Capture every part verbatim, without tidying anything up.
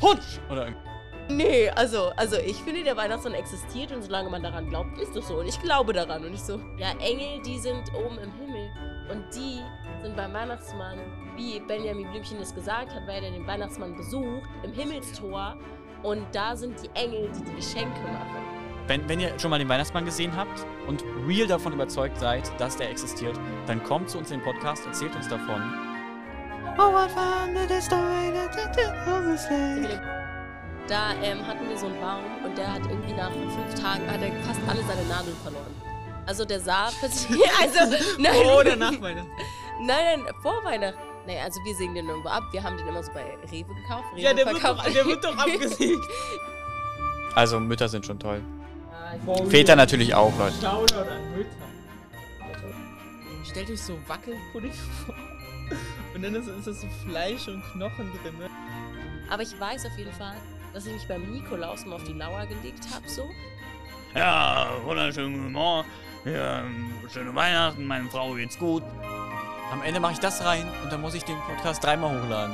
Putsch! Oder Nee, also, also ich finde, der Weihnachtsmann existiert und solange man daran glaubt, ist das so. Und ich glaube daran und ich so, ja, Engel, die sind oben im Himmel und die sind beim Weihnachtsmann, wie Benjamin Blümchen es gesagt hat, weil er den Weihnachtsmann besucht, im Himmelstor und da sind die Engel, die die Geschenke machen. Wenn, wenn ihr schon mal den Weihnachtsmann gesehen habt und real davon überzeugt seid, dass der existiert, dann kommt zu uns in den Podcast, erzählt uns davon. Oh, what fun it is the way that it always lay. Da ähm, hatten wir so einen Baum und der hat irgendwie nach fünf Tagen hat er fast alle seine Nadeln verloren. Also der sah plötzlich, also nein. Vor oder nach Weihnachten? Nein, nein, vor Weihnachten. Naja, also wir sägen den irgendwo ab. Wir haben den immer so bei Rewe gekauft. Rewe ja, der wird, doch, der wird doch abgesägt. Also Mütter sind schon toll. Ja, Väter natürlich auch, Leute. Shoutout an Mütter. Stellt euch so Wackelpudding vor. Und dann ist, ist das so Fleisch und Knochen drin. Ne? Aber ich weiß auf jeden Fall, dass ich mich beim Nikolaus mal auf die Lauer gelegt habe, so. Ja, wunderschönen guten Morgen. Ja, schöne Weihnachten, meine Frau geht's gut. Am Ende mache ich das rein und dann muss ich den Podcast dreimal hochladen.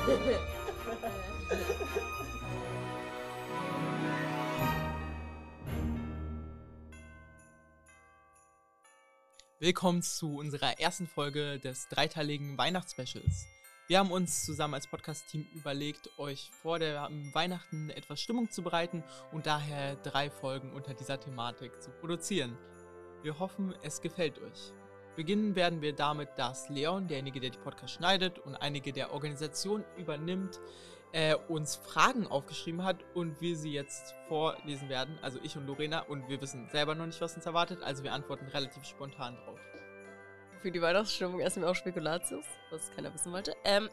Willkommen zu unserer ersten Folge des dreiteiligen Weihnachtsspecials. Wir haben uns zusammen als Podcast-Team überlegt, euch vor der Weihnachten etwas Stimmung zu bereiten und daher drei Folgen unter dieser Thematik zu produzieren. Wir hoffen, es gefällt euch. Beginnen werden wir damit, dass Leon, derjenige, der die Podcast schneidet und einige der Organisation übernimmt, äh, uns Fragen aufgeschrieben hat und wir sie jetzt vorlesen werden, also ich und Lorena, und wir wissen selber noch nicht, was uns erwartet, also wir antworten relativ spontan drauf. Für die Weihnachtsstimmung essen wir auch Spekulatius, was keiner wissen wollte. Ähm,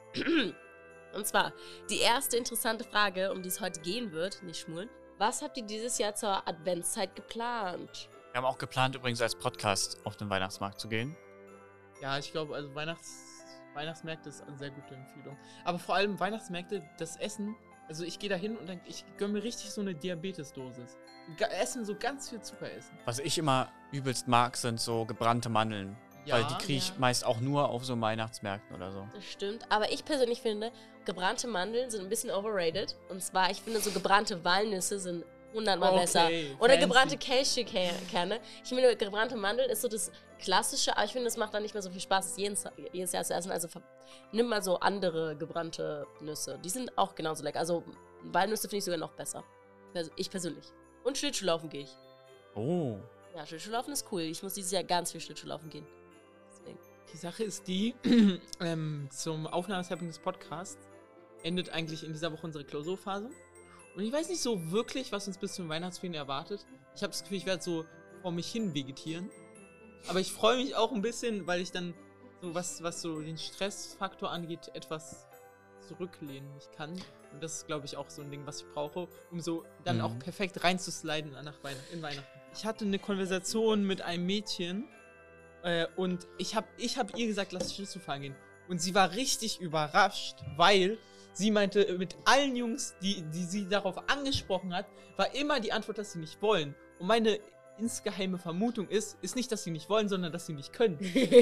und zwar, die erste interessante Frage, um die es heute gehen wird, nicht schmulen. Was habt ihr dieses Jahr zur Adventszeit geplant? Wir haben auch geplant, übrigens als Podcast auf den Weihnachtsmarkt zu gehen. Ja, ich glaube, also Weihnachts Weihnachtsmärkte ist eine sehr gute Empfehlung. Aber vor allem Weihnachtsmärkte, das Essen, also ich gehe da hin und dann, ich gönne mir richtig so eine Diabetesdosis. Essen, so ganz viel Zucker essen. Was ich immer übelst mag, sind so gebrannte Mandeln. Ja, weil die kriege ich ja. meist auch nur auf so Weihnachtsmärkten oder so. Das stimmt, aber ich persönlich finde, gebrannte Mandeln sind ein bisschen overrated. Und zwar, ich finde, so gebrannte Walnüsse sind hundertmal Okay, besser. Oder fancy. gebrannte Cashewkerne. Ich finde, gebrannte Mandeln ist so das Klassische, aber ich finde, es macht dann nicht mehr so viel Spaß, jedes, jedes Jahr zu essen. Also nimm mal so andere gebrannte Nüsse. Die sind auch genauso lecker. Also Walnüsse finde ich sogar noch besser. Also ich persönlich. Und Schlittschuhlaufen gehe ich. Oh. Ja, Schlittschuhlaufen ist cool. Ich muss dieses Jahr ganz viel Schlittschuhlaufen gehen. Deswegen. Die Sache ist die, ähm, zum Aufnahmezeitpunkt des Podcasts endet eigentlich in dieser Woche unsere Klausurphase. Und ich weiß nicht so wirklich, was uns bis zum Weihnachtsferien erwartet. Ich habe das Gefühl, ich werde so vor mich hin vegetieren. Aber ich freue mich auch ein bisschen, weil ich dann so was, was so den Stressfaktor angeht, etwas zurücklehnen mich kann. Und das ist, glaube ich, auch so ein Ding, was ich brauche, um so dann Mhm. auch perfekt reinzusliden nach Weihn- in Weihnachten. Ich hatte eine Konversation mit einem Mädchen äh, und ich habe ich hab ihr gesagt, lass Schlittschuh fahren gehen. Und sie war richtig überrascht, weil sie meinte, mit allen Jungs, die, die sie darauf angesprochen hat, war immer die Antwort, dass sie nicht wollen. Und meine insgeheime Vermutung ist, ist nicht, dass sie nicht wollen, sondern dass sie nicht können.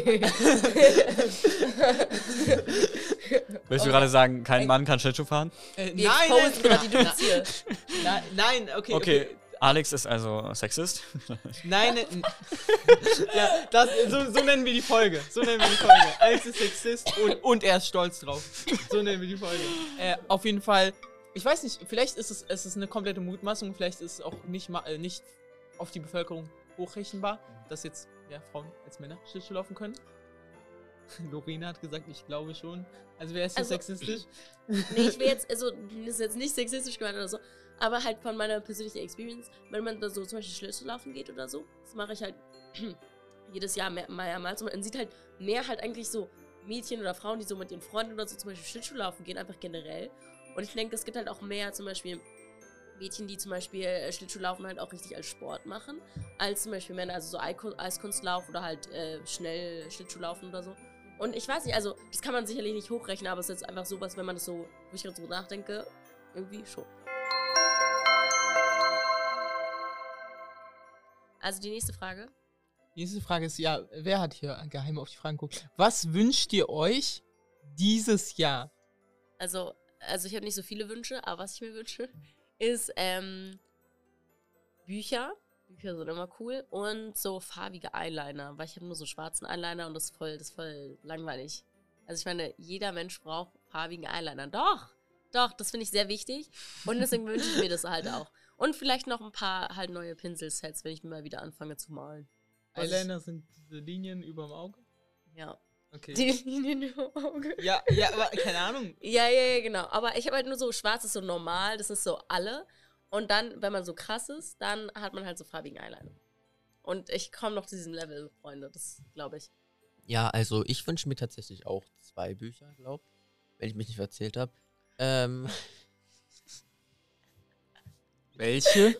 Willst du gerade sagen, kein Mann kann Schlittschuh fahren? Äh, Wir nein, exposen gerade die nein, Dudes hier. nein, nein, okay, Okay, okay. Alex ist also Sexist. Nein, n- ja, das, so, so nennen wir die Folge. So nennen wir die Folge. Alex ist Sexist und, und er ist stolz drauf. So nennen wir die Folge. Äh, auf jeden Fall, ich weiß nicht, vielleicht ist es, es ist eine komplette Mutmaßung, vielleicht ist es auch nicht, ma- äh, nicht auf die Bevölkerung hochrechenbar, dass jetzt ja, Frauen als Männer Schlittschuh laufen können. Lorena hat gesagt, ich glaube schon. Also wer ist hier Also- sexistisch? Nee, ich will jetzt, also, das ist jetzt nicht sexistisch gemeint oder so, aber halt von meiner persönlichen Experience, wenn man da so zum Beispiel Schlittschuh laufen geht oder so, das mache ich halt jedes Jahr mehr, mehrmals und man sieht halt mehr halt eigentlich so Mädchen oder Frauen, die so mit ihren Freunden oder so zum Beispiel Schlittschuh laufen gehen, einfach generell. Und ich denke, es gibt halt auch mehr zum Beispiel Mädchen, die zum Beispiel äh, Schlittschuhlaufen halt auch richtig als Sport machen, als zum Beispiel Männer, also so Eiko- Eiskunstlauf oder halt äh, schnell Schlittschuhlaufen oder so. Und ich weiß nicht, also das kann man sicherlich nicht hochrechnen, aber es ist jetzt einfach sowas, wenn man das so, wo ich gerade so nachdenke, irgendwie schon. Also die nächste Frage. Die nächste Frage ist, ja, wer hat hier geheim auf die Fragen geguckt? Was wünscht ihr euch dieses Jahr? Also also ich habe nicht so viele Wünsche, aber was ich mir wünsche, ist ähm, Bücher. Bücher sind immer cool. Und so farbige Eyeliner, weil ich habe nur so schwarzen Eyeliner und das ist voll, das ist voll langweilig. Also ich meine, jeder Mensch braucht farbigen Eyeliner. Doch, doch, das finde ich sehr wichtig. Und deswegen wünsche ich mir das halt auch. Und vielleicht noch ein paar halt neue Pinselsets, wenn ich mal wieder anfange zu malen. Was Eyeliner ich, sind diese Linien über dem Auge? Ja. Okay. Die Linien über dem Auge. Ja, ja, aber keine Ahnung. Ja, ja, ja, genau. Aber ich habe halt nur so, schwarz ist so normal, das ist so alle. Und dann, wenn man so krass ist, dann hat man halt so farbigen Eyeliner. Und ich komme noch zu diesem Level, Freunde, das glaube ich. Ja, also ich wünsche mir tatsächlich auch zwei Bücher, glaube ich, wenn ich mich nicht verzählt habe. Ähm. Welche?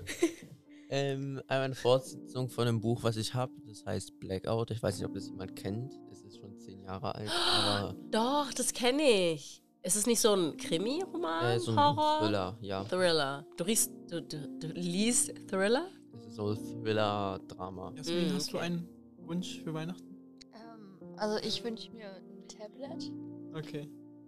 ähm, einmal eine Fortsetzung von einem Buch, was ich habe. Das heißt Blackout. Ich weiß nicht, ob das jemand kennt. Es ist schon zehn Jahre alt, aber... Doch, das kenne ich. Ist es nicht so ein Krimi-Roman? Äh, so ein Horror? Thriller, ja. Thriller. Du, riechst, du, du, du liest Thriller? Das ist so ein Thriller-Drama. Jasmin, Mm, hast du okay. einen Wunsch für Weihnachten? Ähm, also ich wünsche mir ein Tablet. Okay.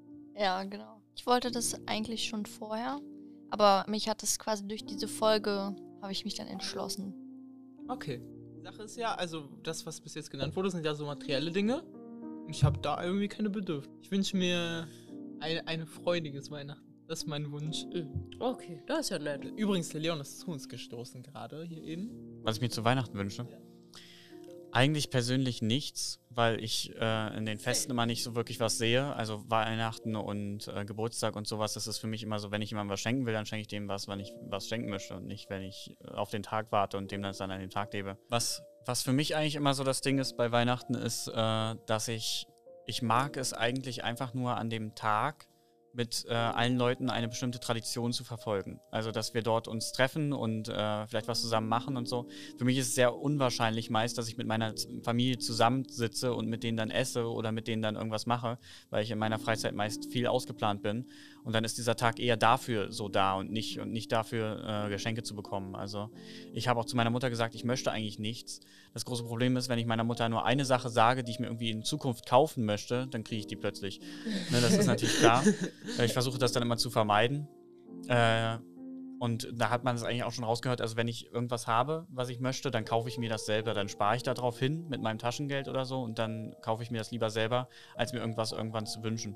Ja, genau. Ich wollte das eigentlich schon vorher, aber mich hat es quasi durch diese Folge, habe ich mich dann entschlossen. Okay. Die Sache ist ja, also das, was bis jetzt genannt wurde, sind ja so materielle Dinge. Und ich habe da irgendwie keine Bedürfnisse. Ich wünsche mir ein, ein freudiges Weihnachten. Das ist mein Wunsch. Okay, das ist ja nett. Übrigens, der Leon ist zu uns gestoßen gerade hier eben. Was ich mir zu Weihnachten wünsche? Ja. Eigentlich persönlich nichts, weil ich äh, in den Festen immer nicht so wirklich was sehe. Also Weihnachten und äh, Geburtstag und sowas, das ist für mich immer so, wenn ich jemandem was schenken will, dann schenke ich dem was, wenn ich was schenken möchte und nicht, wenn ich äh, auf den Tag warte und dem das dann an dem Tag lebe. Was, was für mich eigentlich immer so das Ding ist bei Weihnachten, ist, äh, dass ich, ich mag es eigentlich einfach nur an dem Tag mit äh, allen Leuten eine bestimmte Tradition zu verfolgen. Also, dass wir dort uns treffen und äh, vielleicht was zusammen machen und so. Für mich ist es sehr unwahrscheinlich meist, dass ich mit meiner Z- Familie zusammensitze und mit denen dann esse oder mit denen dann irgendwas mache, weil ich in meiner Freizeit meist viel ausgeplant bin. Und dann ist dieser Tag eher dafür so da und nicht, und nicht dafür, äh, Geschenke zu bekommen. Also, ich habe auch zu meiner Mutter gesagt, ich möchte eigentlich nichts. Das große Problem ist, wenn ich meiner Mutter nur eine Sache sage, die ich mir irgendwie in Zukunft kaufen möchte, dann kriege ich die plötzlich. Ne, das ist natürlich klar. Ich versuche das dann immer zu vermeiden. Äh, und da hat man es eigentlich auch schon rausgehört. Also wenn ich irgendwas habe, was ich möchte, dann kaufe ich mir das selber. Dann spare ich da drauf hin mit meinem Taschengeld oder so. Und dann kaufe ich mir das lieber selber, als mir irgendwas irgendwann zu wünschen.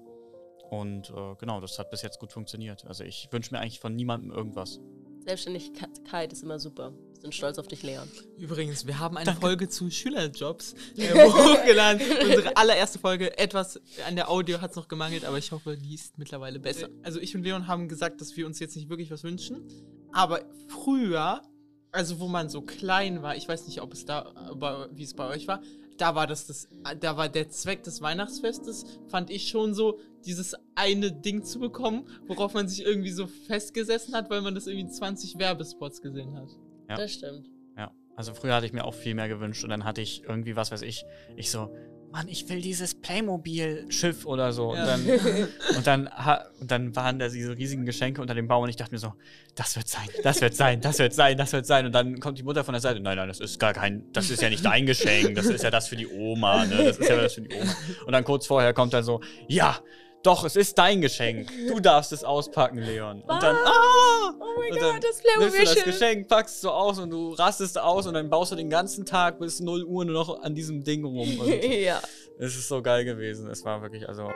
Und äh, genau, das hat bis jetzt gut funktioniert. Also ich wünsche mir eigentlich von niemandem irgendwas. Selbstständigkeit ist immer super. Wir sind stolz auf dich, Leon. Übrigens, wir haben eine Folge zu Schülerjobs äh, hochgeladen. Unsere allererste Folge. Etwas an der Audio hat es noch gemangelt, aber ich hoffe, die ist mittlerweile besser. Also ich und Leon haben gesagt, dass wir uns jetzt nicht wirklich was wünschen. Aber früher, also wo man so klein war, ich weiß nicht, ob es da, aber wie es bei euch war, da war das, das, da war der Zweck des Weihnachtsfestes, fand ich schon so, dieses eine Ding zu bekommen, worauf man sich irgendwie so festgesessen hat, weil man das irgendwie in zwanzig Werbespots gesehen hat. Ja. Das stimmt. Ja, also früher hatte ich mir auch viel mehr gewünscht und dann hatte ich irgendwie, was weiß ich, ich so, Mann, ich will dieses Playmobil-Schiff oder so. Ja. Und, dann, und, dann, ha- und dann waren da diese riesigen Geschenke unter dem Baum und ich dachte mir so, das wird sein, das wird sein, das wird sein, das wird sein. Und dann kommt die Mutter von der Seite, nein, nein, das ist gar kein, das ist ja nicht dein Geschenk, das ist ja das für die Oma, ne? Das ist ja das für die Oma. Und dann kurz vorher kommt dann so, ja, doch, es ist dein Geschenk. Du darfst es auspacken, Leon. Und dann, ah! Oh mein Und dann Gott, das nimmst du das Playmobil-Schiff. Geschenk, packst es so aus und du rastest aus und dann baust du den ganzen Tag bis null Uhr nur noch an diesem Ding rum. Und Ja. es ist so geil gewesen. Es war wirklich, also.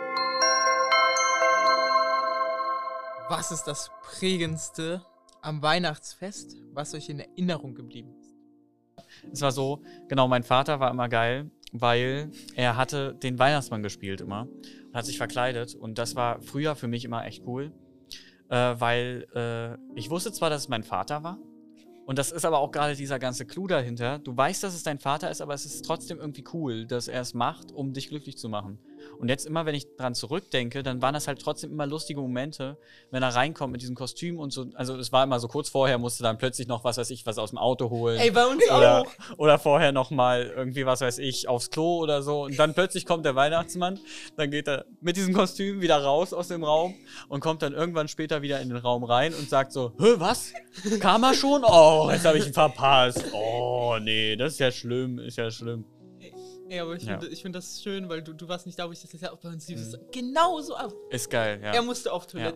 Was ist das Prägendste am Weihnachtsfest, was euch in Erinnerung geblieben ist? Es war so, genau, mein Vater war immer geil, weil er hatte den Weihnachtsmann gespielt immer und hat sich verkleidet. Und das war früher für mich immer echt cool, äh, weil äh, ich wusste zwar, dass es mein Vater war, und das ist aber auch gerade dieser ganze Clou dahinter. Du weißt, dass es dein Vater ist, aber es ist trotzdem irgendwie cool, dass er es macht, um dich glücklich zu machen. Und jetzt immer, wenn ich dran zurückdenke, dann waren das halt trotzdem immer lustige Momente, wenn er reinkommt mit diesem Kostüm und so. Also es war immer so, kurz vorher musste dann plötzlich noch, was weiß ich, was aus dem Auto holen. Ey, bei uns Oder, auch. oder vorher noch mal irgendwie, was weiß ich, aufs Klo oder so. Und dann plötzlich kommt der Weihnachtsmann, dann geht er mit diesem Kostüm wieder raus aus dem Raum und kommt dann irgendwann später wieder in den Raum rein und sagt so, hä, was? Kam er schon? Oh, jetzt habe ich ihn verpasst. Oh, nee, das ist ja schlimm, ist ja schlimm. Ja, aber ich Ja. finde ich find das schön, weil du, du warst nicht da, wo ich das jetzt auch bei uns lief. Es genau so ab. Ist geil, ja. Er musste auf Toilette,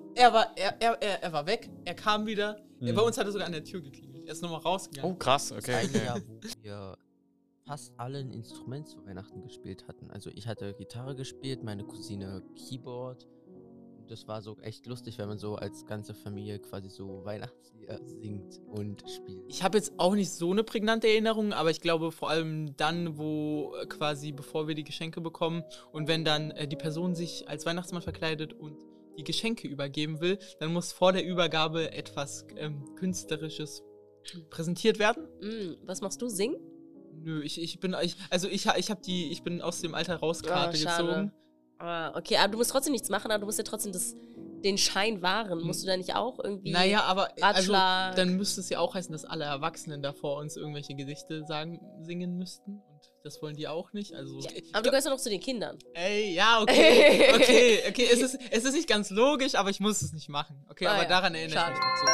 er war, er, er, er, er war weg, er kam wieder. Mhm. Bei uns hat er sogar an der Tür geklingelt. Er ist nochmal rausgegangen. Oh, krass, Das okay. eine okay. Jahr, wo wir fast alle ein Instrument zu Weihnachten gespielt hatten. Also ich hatte Gitarre gespielt, meine Cousine Keyboard. Und das war so echt lustig, wenn man so als ganze Familie quasi so Weihnachtslieder singt und spielt. Ich habe jetzt auch nicht so eine prägnante Erinnerung, aber ich glaube vor allem dann, wo äh, quasi bevor wir die Geschenke bekommen und wenn dann äh, die Person sich als Weihnachtsmann verkleidet und die Geschenke übergeben will, dann muss vor der Übergabe etwas ähm, Künstlerisches präsentiert werden. Mm, was machst du? Singen? Nö, ich, ich bin ich, also ich, ha- ich habe die, ich bin aus dem Alter raus Karte Ah, schade. gezogen. Ah, okay, aber du musst trotzdem nichts machen, aber du musst ja trotzdem das, den Schein wahren. Musst du da nicht auch irgendwie... Naja, aber also, Ratschlag. dann müsste es ja auch heißen, dass alle Erwachsenen da vor uns irgendwelche Gedichte sagen, singen müssten. Und das wollen die auch nicht. Also, Ja, ich- aber du gehörst ja noch zu den Kindern. Ey, ja, okay, okay, okay. Es ist, es ist nicht ganz logisch, aber ich muss es nicht machen. Okay, Ah aber ja, daran erinnere schade. ich mich dazu.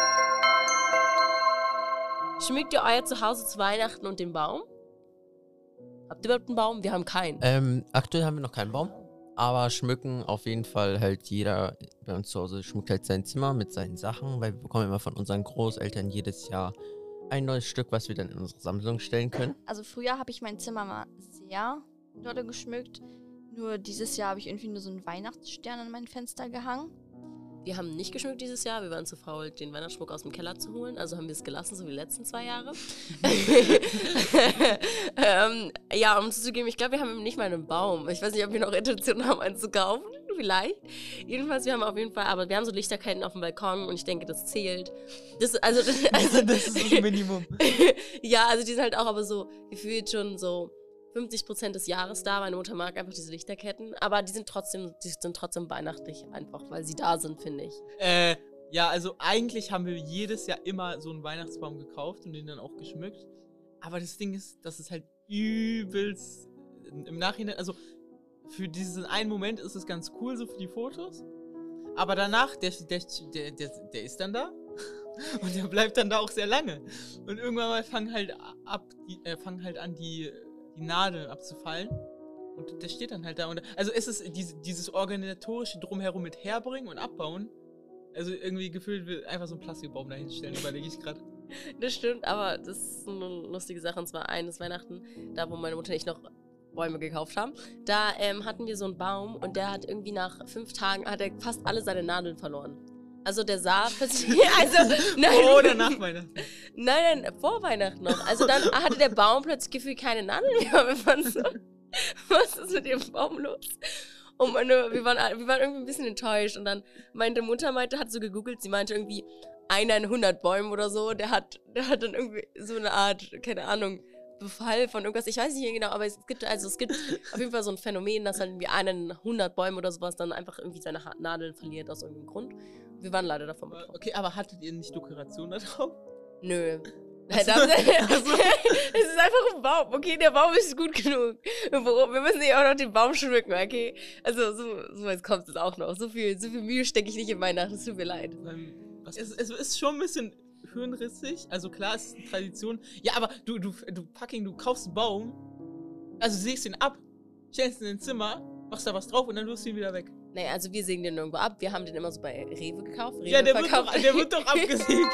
Schmückt ihr euer Zuhause zu Weihnachten und den Baum? Habt ihr überhaupt einen Baum? Wir haben keinen. Ähm, aktuell haben wir noch keinen Baum, aber schmücken auf jeden Fall halt jeder bei uns zu Hause schmückt halt sein Zimmer mit seinen Sachen, weil wir bekommen immer von unseren Großeltern jedes Jahr ein neues Stück, was wir dann in unsere Sammlung stellen können. Also früher habe ich mein Zimmer mal sehr dolle geschmückt. Nur dieses Jahr habe ich irgendwie nur so einen Weihnachtsstern an mein Fenster gehangen. Wir haben nicht geschmückt dieses Jahr. Wir waren zu faul, den Weihnachtsschmuck aus dem Keller zu holen. Also haben wir es gelassen, so wie die letzten zwei Jahre. ähm, ja, um zuzugeben, ich glaube, wir haben nicht mal einen Baum. Ich weiß nicht, ob wir noch Intention haben, einen zu kaufen. Vielleicht. Jedenfalls, wir haben auf jeden Fall, aber wir haben so Lichterketten auf dem Balkon und ich denke, das zählt. Das, also, das, also, Das ist das Minimum. ja, also die sind halt auch aber so gefühlt schon so fünfzig Prozent des Jahres da. Meine Mutter mag einfach diese Lichterketten, aber die sind trotzdem, die sind trotzdem weihnachtlich einfach, weil sie da sind, finde ich. Äh, ja, also eigentlich haben wir jedes Jahr immer so einen Weihnachtsbaum gekauft und den dann auch geschmückt. Aber das Ding ist, dass es halt übelst im Nachhinein, also für diesen einen Moment ist es ganz cool, so für die Fotos. Aber danach, der, der, der, der, der ist dann da und der bleibt dann da auch sehr lange. Und irgendwann mal fangen halt ab, die, äh, fangen halt an, die, die Nadeln abzufallen. Und der steht dann halt da. Und, also es ist diese, dieses organisatorische Drumherum mit herbringen und abbauen. Also irgendwie gefühlt will einfach so einen Plastikbaum da hinstellen, überlege ich gerade. Das stimmt, aber das ist eine lustige Sache. Und zwar eines Weihnachten, da wo meine Mutter und ich noch Bäume gekauft haben, da ähm, hatten wir so einen Baum und der hat irgendwie nach fünf Tagen, hat er fast alle seine Nadeln verloren. Also der sah plötzlich, also nein, Oder nach Weihnachten. Nein, nein, vor Weihnachten noch. Also dann hatte der Baum plötzlich gefühlt keine Nadeln mehr. Wir waren so, was ist mit dem Baum los? Und meine, wir, waren, wir waren irgendwie ein bisschen enttäuscht. Und dann meinte Mutter, meinte, hat so gegoogelt, sie meinte irgendwie einer in hundert Bäumen oder so. Der hat, der hat dann irgendwie so eine Art, keine Ahnung, Befall von irgendwas. Ich weiß nicht genau, aber es gibt, also es gibt auf jeden Fall so ein Phänomen, dass dann irgendwie einer in hundert Bäumen oder sowas dann einfach irgendwie seine Ha- Nadeln verliert aus irgendeinem Grund. Wir waren leider davon betroffen. Okay, aber hattet ihr nicht Dekoration da drauf? Nö. Ach so. Das, es ist einfach ein Baum. Okay, der Baum ist gut genug. Wir wir müssen ja auch noch den Baum schmücken, okay? Also so, so weit kommt es auch noch. So viel, so viel Mühe stecke ich nicht in Weihnachten. Es tut mir leid. Ähm, Es, es ist schon ein bisschen hirnrissig. Also klar, es ist eine Tradition. Ja, aber du, du, du fucking, du kaufst einen Baum, also sägst ihn ab, stellst ihn in dein Zimmer, machst da was drauf und dann wirst du ihn wieder weg. Naja, also wir sägen den nirgendwo ab. Wir haben den immer so bei Rewe gekauft. Rewe Ja, der wird, verkauft. doch, der wird doch abgesägt.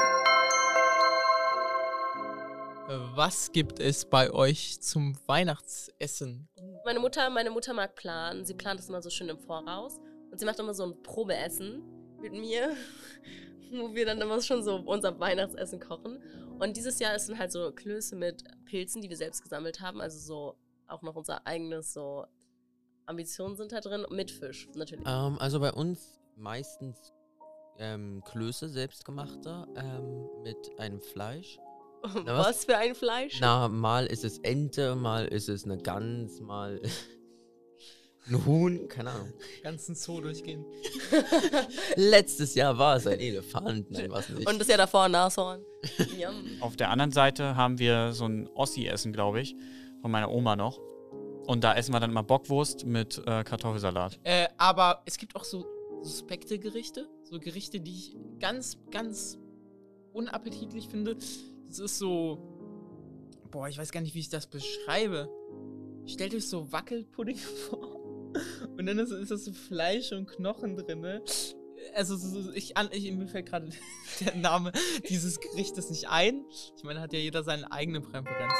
Was gibt es bei euch zum Weihnachtsessen? Meine Mutter, meine Mutter mag planen. Sie plant das immer so schön im Voraus. Und sie macht immer so ein Probeessen mit mir, wo wir dann immer schon so unser Weihnachtsessen kochen. Und dieses Jahr ist dann halt so Klöße mit Pilzen, die wir selbst gesammelt haben. Also so auch noch unser eigenes so Ambitionen sind da drin. Mit Fisch, natürlich. Ähm, also bei uns meistens ähm, Klöße selbstgemachte ähm, mit einem Fleisch. Na, was? was? für ein Fleisch? Na, mal ist es Ente, mal ist es eine Gans, mal ein Huhn, keine Ahnung. Ganzen Zoo durchgehen. Letztes Jahr war es ein Elefant, nein, was nicht. Und das Jahr davor ein Nashorn. Yum. Auf der anderen Seite haben wir so ein Ossi-Essen, glaube ich, von meiner Oma noch. Und da essen wir dann immer Bockwurst mit äh, Kartoffelsalat. Äh, aber es gibt auch so suspekte Gerichte. So Gerichte, die ich ganz, ganz unappetitlich finde. Das ist so. Boah, ich weiß gar nicht, wie ich das beschreibe. Stellt euch so Wackelpudding vor. Und dann ist, ist das so Fleisch und Knochen drin. Also, so- so- ich, an- ich, mir fällt gerade der Name dieses Gerichtes nicht ein. Ich meine, hat ja jeder seine eigene Präferenz.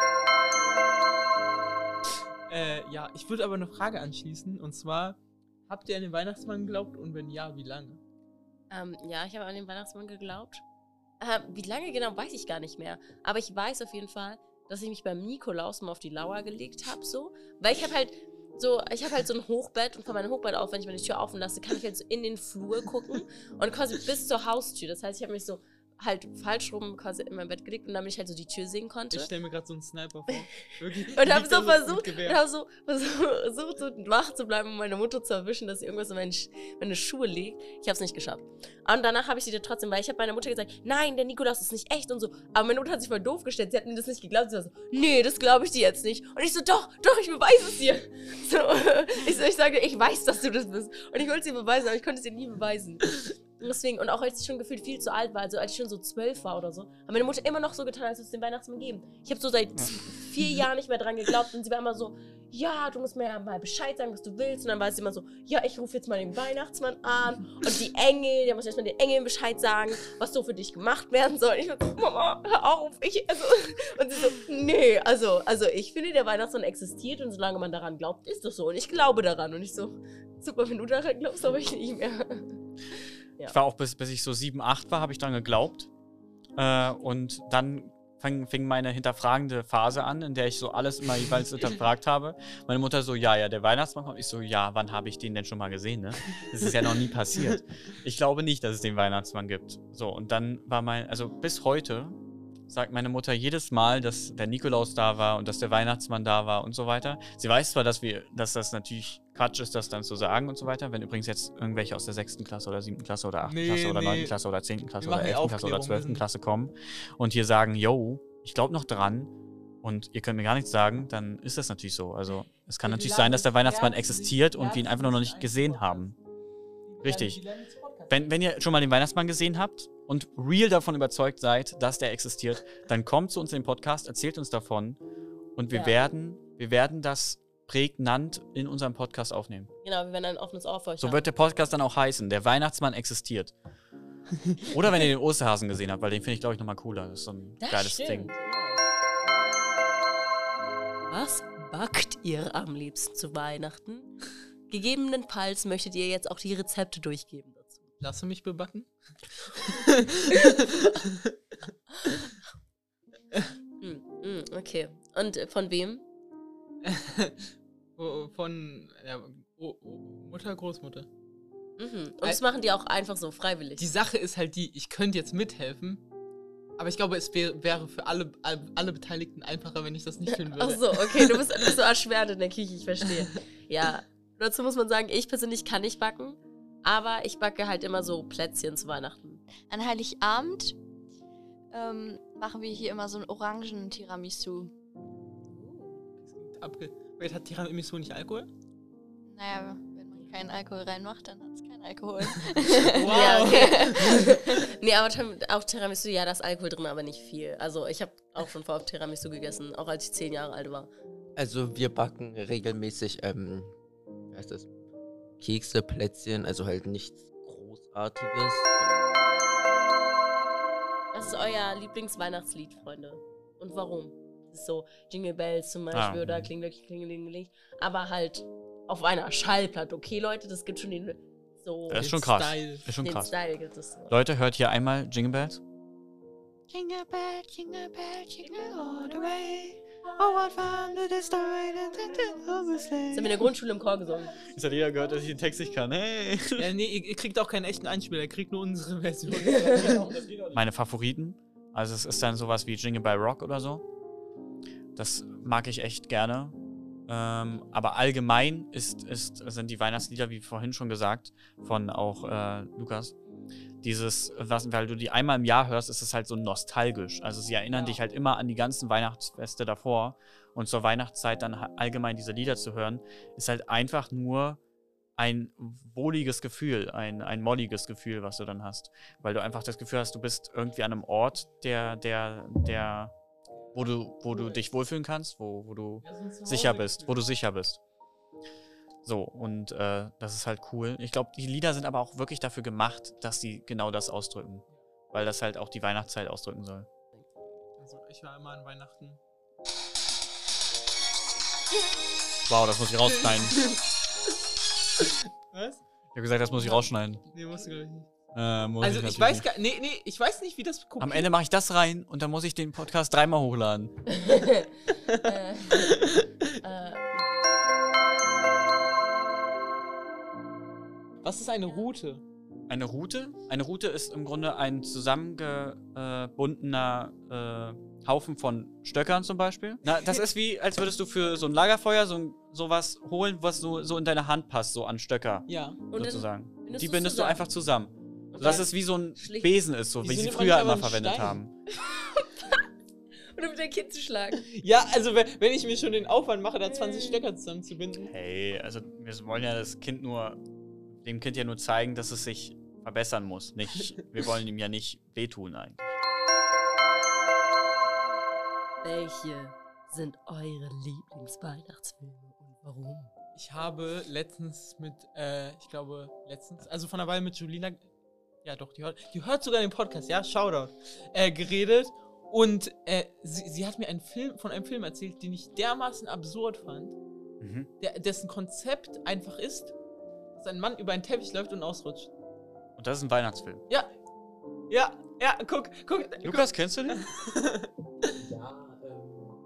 Äh, ja, ich würde aber eine Frage anschließen. Und zwar, habt ihr an den Weihnachtsmann geglaubt? Und wenn ja, wie lange? Ähm, ja, ich habe an den Weihnachtsmann geglaubt. Ähm, wie lange genau, weiß ich gar nicht mehr. Aber ich weiß auf jeden Fall, dass ich mich beim Nikolaus mal auf die Lauer gelegt habe, so. Weil ich habe halt so, ich habe halt so ein Hochbett und von meinem Hochbett auf, wenn ich meine Tür offen lasse, kann ich halt so in den Flur gucken und quasi bis zur Haustür. Das heißt, ich habe mich so halt falsch rum quasi in mein Bett gelegt und damit ich halt so die Tür sehen konnte. Ich stelle mir gerade so einen Sniper vor. Wirklich, Und habe liegt so da mit versucht, Gewehr. und hab so versucht, so wach zu bleiben, um meine Mutter zu erwischen, dass sie irgendwas in meine, Sch meine Schuhe legt. Ich habe es nicht geschafft. Und danach habe ich sie dann trotzdem, weil ich habe meiner Mutter gesagt, nein, der Nikolaus ist nicht echt und so. Aber meine Mutter hat sich voll doof gestellt. Sie hat mir das nicht geglaubt. Sie war so, nee, das glaube ich dir jetzt nicht. Und ich so, doch, doch, ich beweise es dir. So, ich, so, ich sage, ich weiß, dass du das bist. Und ich wollte es ihr beweisen, aber ich konnte es ihr nie beweisen. Und deswegen, und auch als ich schon gefühlt viel zu alt war, also als ich schon so zwölf war oder so, hat meine Mutter immer noch so getan, als würde es den Weihnachtsmann geben. Ich habe so seit vier Jahren nicht mehr dran geglaubt und sie war immer so, ja, du musst mir ja mal Bescheid sagen, was du willst. Und dann war sie immer so, ja, ich rufe jetzt mal den Weihnachtsmann an und die Engel, der muss erstmal den Engeln Bescheid sagen, was so für dich gemacht werden soll. Und ich war so, Mama, hör auf. Ich, also, und sie so, nee, also, also ich finde, der Weihnachtsmann existiert und solange man daran glaubt, ist das so. Und ich glaube daran. Und ich so, super, wenn du daran glaubst, aber ich nicht mehr. Ja. Ich war auch, bis, bis ich so sieben, acht war, habe ich dran geglaubt. Äh, und dann fing, fing meine hinterfragende Phase an, in der ich so alles immer jeweils hinterfragt habe. Meine Mutter so, ja, ja, der Weihnachtsmann kommt. Ich so, ja, wann habe ich den denn schon mal gesehen, ne? Das ist ja noch nie passiert. Ich glaube nicht, dass es den Weihnachtsmann gibt. So, und dann war mein, also bis heute sagt meine Mutter jedes Mal, dass der Nikolaus da war und dass der Weihnachtsmann da war und so weiter. Sie weiß zwar, dass wir, dass das natürlich Quatsch ist, das dann zu sagen und so weiter, wenn übrigens jetzt irgendwelche aus der sechsten Klasse oder siebten Klasse oder achten Nee, Klasse oder nee. neunten Klasse oder zehnten Klasse Wir oder machen die elften Klasse oder Aufklärung, wir zwölften sind- Klasse kommen und hier sagen, yo, ich glaube noch dran und ihr könnt mir gar nichts sagen, dann ist das natürlich so. Also es kann Wir natürlich laden sein, dass der jetzt Weihnachtsmann herzlich- existiert und wir ihn herzlich einfach nur noch nicht ein gesehen Podcast. haben. Richtig. Die lernen jetzt Podcast. Wenn, wenn ihr schon mal den Weihnachtsmann gesehen habt und real davon überzeugt seid, dass der existiert, dann kommt zu uns in den Podcast, erzählt uns davon und wir Ja. werden, wir werden das prägnant in unserem Podcast aufnehmen. Genau, wir werden ein offenes Ohr für euch So haben. wird der Podcast dann auch heißen, der Weihnachtsmann existiert. Oder wenn ihr den Osterhasen gesehen habt, weil den finde ich, glaube ich, nochmal cooler. Das ist so ein Das geiles stimmt, Ding. ja. Was backt ihr am liebsten zu Weihnachten? Gegebenenfalls möchtet ihr jetzt auch die Rezepte durchgeben dazu. Lass du mich bebacken? Hm, hm, okay. Und äh, von wem? Wo- Von ja, O- O- Mutter, Großmutter. Mhm. Und das machen die auch einfach so freiwillig. Die Sache ist halt die, ich könnte jetzt mithelfen, aber ich glaube, es wär, wäre für alle, alle, alle Beteiligten einfacher, wenn ich das nicht tun würde. Ach so, okay, du bist, du bist so erschwert in der Küche, ich verstehe. Ja, dazu muss man sagen, ich persönlich kann nicht backen, aber ich backe halt immer so Plätzchen zu Weihnachten. An Heiligabend ähm, machen wir hier immer so einen orangen Tiramisu. Abge Wait, hat Tiramisu nicht Alkohol? Naja, wenn man keinen Alkohol reinmacht, dann hat es keinen Alkohol. Ja, okay. Nee, aber Tim- auch Tiramisu, ja, da ist Alkohol drin, aber nicht viel. Also ich habe auch schon vorher Tiramisu gegessen, auch als ich zehn Jahre alt war. Also wir backen regelmäßig, ähm, wie heißt das? Kekse, Plätzchen, also halt nichts Großartiges. Was ist euer Lieblingsweihnachtslied, Freunde? Und warum? Das ist so Jingle Bells zum Beispiel Ah. oder Klingeling, Klingeling, aber halt auf einer Schallplatte. Okay, Leute, das gibt schon den so Das ist Den schon krass. Style. Ist schon den krass. Style gibt es. Leute, hört hier einmal Jingle Bells. Jingle bell, jingle bell, jingle all the way. Oh, what fun it is to ride in the Das haben wir in der Grundschule im Chor gesungen. Jetzt hat jeder gehört, dass ich den Text nicht kann. Hey! Ja, nee, ihr, ihr kriegt auch keinen echten Einspieler, ihr kriegt nur unsere Version. Meine Favoriten. Also es ist dann sowas wie Jingle Bell Rock oder so. Das mag ich echt gerne. Ähm, aber allgemein ist, ist, sind die Weihnachtslieder, wie vorhin schon gesagt, von auch äh, Lukas, dieses, was, weil du die einmal im Jahr hörst, ist es halt so nostalgisch. Also sie erinnern Ja. dich halt immer an die ganzen Weihnachtsfeste davor. Und zur Weihnachtszeit dann ha- allgemein diese Lieder zu hören, ist halt einfach nur ein wohliges Gefühl, ein, ein molliges Gefühl, was du dann hast. Weil du einfach das Gefühl hast, du bist irgendwie an einem Ort, der, der, der, wo du, wo du dich wohlfühlen kannst, wo, wo du sicher bist, wo du sicher bist. So, und äh, das ist halt cool. Ich glaube, die Lieder sind aber auch wirklich dafür gemacht, dass sie genau das ausdrücken. Weil das halt auch die Weihnachtszeit ausdrücken soll. Also ich war immer an Weihnachten. Wow, das muss ich rausschneiden. Was? Ich habe gesagt, das muss ich rausschneiden. Nee, musst du glaube ich nicht. Äh, muss Also ich ich natürlich weiß gar nee, nee, ich weiß nicht, wie das nicht. Am Ende mache ich das rein und dann muss ich den Podcast dreimal hochladen. äh, äh, Was ist eine Route? Eine Route? Eine Route ist im Grunde ein zusammengebundener äh, Haufen von Stöckern zum Beispiel. Na, das ist wie, als würdest du für so ein Lagerfeuer so ein, sowas holen, was so, so in deine Hand passt, so an Stöcker Ja. und dann sozusagen. bindest Die du's bindest du zusammen. einfach zusammen. Und Dass dann es wie so ein schlicht- Besen ist, so wie Wieso sie nimmt man früher nicht immer einfach einen verwendet Stein? haben. Oder mit dein Kind zu schlagen. Ja, also wenn, wenn ich mir schon den Aufwand mache, da zwanzig Stöcker zusammenzubinden. Hey, also wir wollen ja das Kind nur, dem Kind ja nur zeigen, dass es sich verbessern muss. Nicht, wir wollen ihm ja nicht wehtun eigentlich. Welche sind eure Lieblingsweihnachtsfilme und warum? Ich habe letztens mit, äh, ich glaube, letztens, also von einer Weile mit Julina, ja doch, die hört, die hört sogar den Podcast, ja, Shoutout, äh, geredet und äh, sie, sie hat mir einen Film, von einem Film erzählt, den ich dermaßen absurd fand, Mhm. der, dessen Konzept einfach ist, dass ein Mann über einen Teppich läuft und ausrutscht. Und das ist ein Weihnachtsfilm. Ja, ja, ja, guck, guck. Lukas, kennst du den? Ja, ähm.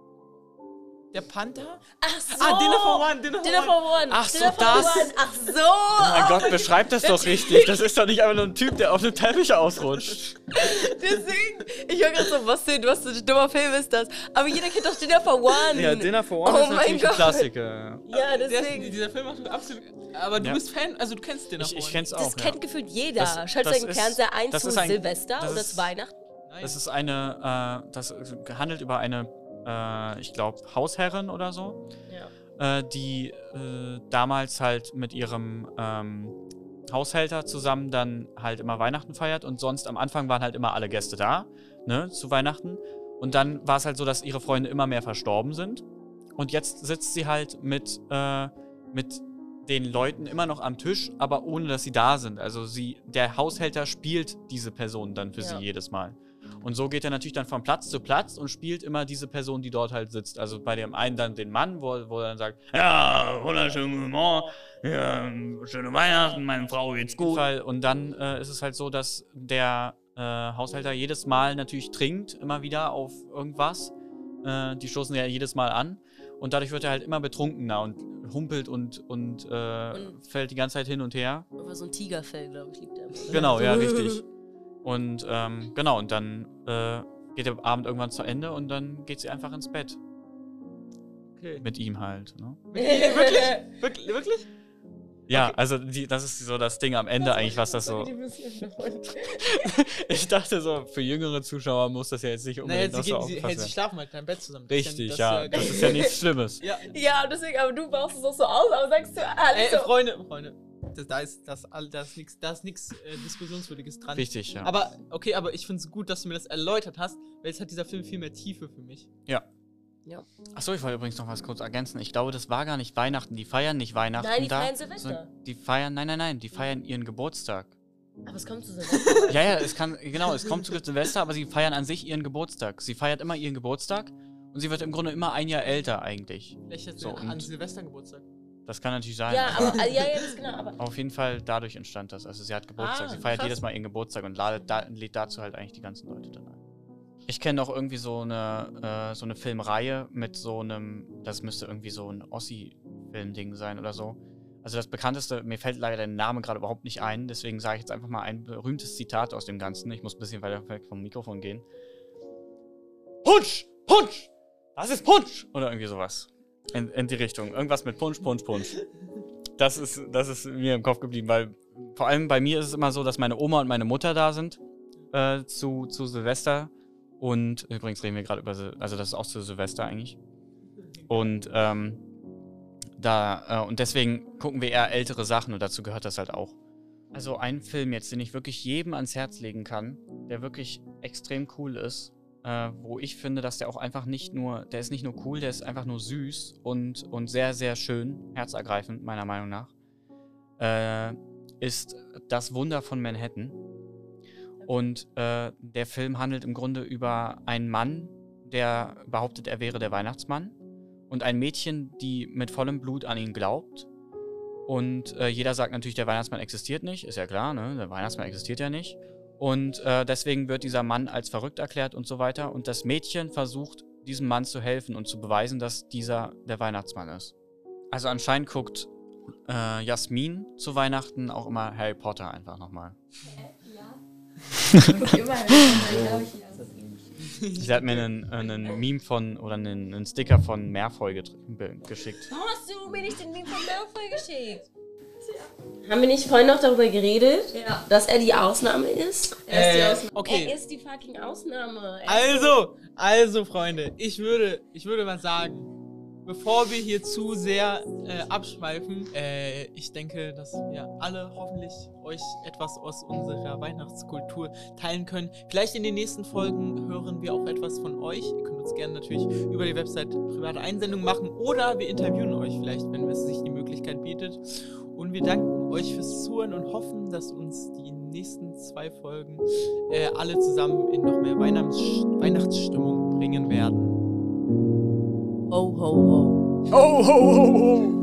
Der Panther? Ach so! Ah, Dinner for One, Dinner for Dinner One. for One! Ach so, Dinner for das. One! Ach so! Oh mein Gott, beschreib das doch richtig. Das ist doch nicht einfach nur ein Typ, der auf einem Teppich ausrutscht. Deswegen, ich höre gerade so, was denn, was für ein dummer Film ist das? Aber jeder kennt doch Dinner for One! Ja, Dinner for One Oh ist mein natürlich ein Gott. Klassiker. Ja, Der, deswegen. dieser Film macht absolut. Aber du Ja. bist Fan, also du kennst Dinner Ich, for ich One. kenn's auch. Das ja. kennt gefühlt jeder. Das- Schaltet das euch den ist- Fernseher ein das zu ist ein- Silvester das oder ist- zu Weihnachten. Nein. Das ist eine, äh, das handelt über eine, äh, ich glaube, Hausherrin oder so, Ja. äh, die äh, damals halt mit ihrem ähm, Haushälter zusammen dann halt immer Weihnachten feiert und sonst am Anfang waren halt immer alle Gäste da, ne, zu Weihnachten. Und dann war es halt so, dass ihre Freunde immer mehr verstorben sind. Und jetzt sitzt sie halt mit, äh, mit den Leuten immer noch am Tisch, aber ohne, dass sie da sind. Also sie, der Haushälter spielt diese Person dann für Ja. sie jedes Mal. Und so geht er natürlich dann von Platz zu Platz und spielt immer diese Person, die dort halt sitzt. Also bei dem einen dann den Mann, wo, wo er dann sagt, ja, wunderschönen guten Morgen, ja, schöne Weihnachten, meine Frau geht's gut. Und dann äh, ist es halt so, dass der äh, Haushälter jedes Mal natürlich trinkt, immer wieder auf irgendwas. Äh, die stoßen ja jedes Mal an. Und dadurch wird er halt immer betrunkener und humpelt und, und, äh, Und- fällt die ganze Zeit hin und her. Aber so ein Tigerfell, glaube ich, liegt da immer. Genau, ja, richtig. Und ähm, genau, und dann äh, geht der Abend irgendwann zu Ende und dann geht sie einfach ins Bett. Okay. Mit ihm halt. Ne? Wirklich? Wirklich? Wirklich? Ja, also die, das ist so das Ding am Ende eigentlich, was das so. Ich dachte so, für jüngere Zuschauer muss das ja jetzt nicht Naja, unbedingt sie, noch so gehen, sie, hey, aufgefasst sie werden. schlafen halt in einem Bett zusammen. Das ist Richtig, das ja. äh, Das ist ja nichts Schlimmes. Ja. Ja, und deswegen, aber du baust es doch so aus, aber sagst du alles Ey, so. Freunde, Freunde. Das, da ist das, all- da ist nichts da ist nix, äh, Diskussionswürdiges dran. Richtig, ja. Aber, okay, aber ich finde es gut, dass du mir das erläutert hast, weil jetzt hat dieser Film viel mehr Tiefe für mich. Achso, ich wollte übrigens noch was kurz ergänzen. Ich glaube, das war gar nicht Weihnachten. Die feiern nicht Weihnachten Nein, die da. feiern Silvester. sondern Die feiern, nein, nein, nein, die feiern ihren Geburtstag. Aber es kommt zu Silvester. Ja, ja, es kann, genau, es kommt zu Silvester, aber sie feiern an sich ihren Geburtstag. Sie feiert immer ihren Geburtstag und sie wird im Grunde immer ein Jahr älter eigentlich. Vielleicht jetzt So, an und- Silvester Geburtstag. Das kann natürlich sein. Ja, aber, ja, ja, das genau, aber. Auf jeden Fall dadurch entstand das. Also sie hat Geburtstag. Ah, sie feiert krass. jedes Mal ihren Geburtstag und ladet, da, lädt dazu halt eigentlich die ganzen Leute dann ein. Ich kenne noch irgendwie so eine, äh, so eine Filmreihe mit so einem, das müsste irgendwie so ein Ossi-Film-Ding sein oder so. Also das bekannteste, mir fällt leider der Name gerade überhaupt nicht ein, deswegen sage ich jetzt einfach mal ein berühmtes Zitat aus dem Ganzen. Ich muss ein bisschen weiter weg vom Mikrofon gehen. Punsch! Punsch! Das ist Punsch! Oder irgendwie sowas. In, in die Richtung. Irgendwas mit Punsch, Punsch, Punsch. Das ist, das ist mir im Kopf geblieben, weil vor allem bei mir ist es immer so, dass meine Oma und meine Mutter da sind äh, zu, zu Silvester. Und übrigens reden wir gerade über, Sil- also das ist auch zu Silvester eigentlich. Und ähm, da, äh, und deswegen gucken wir eher ältere Sachen und dazu gehört das halt auch. Also ein Film jetzt, den ich wirklich jedem ans Herz legen kann, der wirklich extrem cool ist, äh, äh, wo ich finde, dass der auch einfach nicht nur, der ist nicht nur cool, der ist einfach nur süß und, und sehr, sehr schön, herzergreifend, meiner Meinung nach, äh, ist Das Wunder von Manhattan. Und äh, der Film handelt im Grunde über einen Mann, der behauptet, er wäre der Weihnachtsmann, und ein Mädchen, die mit vollem Blut an ihn glaubt. Und äh, jeder sagt natürlich, der Weihnachtsmann existiert nicht, ist ja klar, ne? Der Weihnachtsmann existiert ja nicht. Und äh, deswegen wird dieser Mann als verrückt erklärt und so weiter. Und das Mädchen versucht, diesem Mann zu helfen und zu beweisen, dass dieser der Weihnachtsmann ist. Also anscheinend guckt äh, Jasmin zu Weihnachten auch immer Harry Potter einfach nochmal. Sie hat mir einen, einen Meme von, oder einen, einen Sticker von Malfoy get- geschickt. Warum hast du mir nicht den Meme von Malfoy geschickt? Haben wir nicht vorhin noch darüber geredet, ja. dass er die Ausnahme ist? Er ist die Äh, Ausnahme. okay. Er ist die fucking Ausnahme. Er Also, also Freunde, ich würde, ich würde mal sagen, bevor wir hier zu sehr äh, abschweifen, äh, ich denke, dass wir alle hoffentlich euch etwas aus unserer Weihnachtskultur teilen können. Vielleicht in den nächsten Folgen hören wir auch etwas von euch. Ihr könnt uns gerne natürlich über die Website private Einsendungen machen oder wir interviewen euch vielleicht, wenn es sich die Möglichkeit bietet. Und wir danken euch fürs Zuhören und hoffen, dass uns die nächsten zwei Folgen äh, alle zusammen in noch mehr Weihnachts Weihnachtsstimmung bringen werden. Ho, ho, ho. Ho, ho, ho, ho!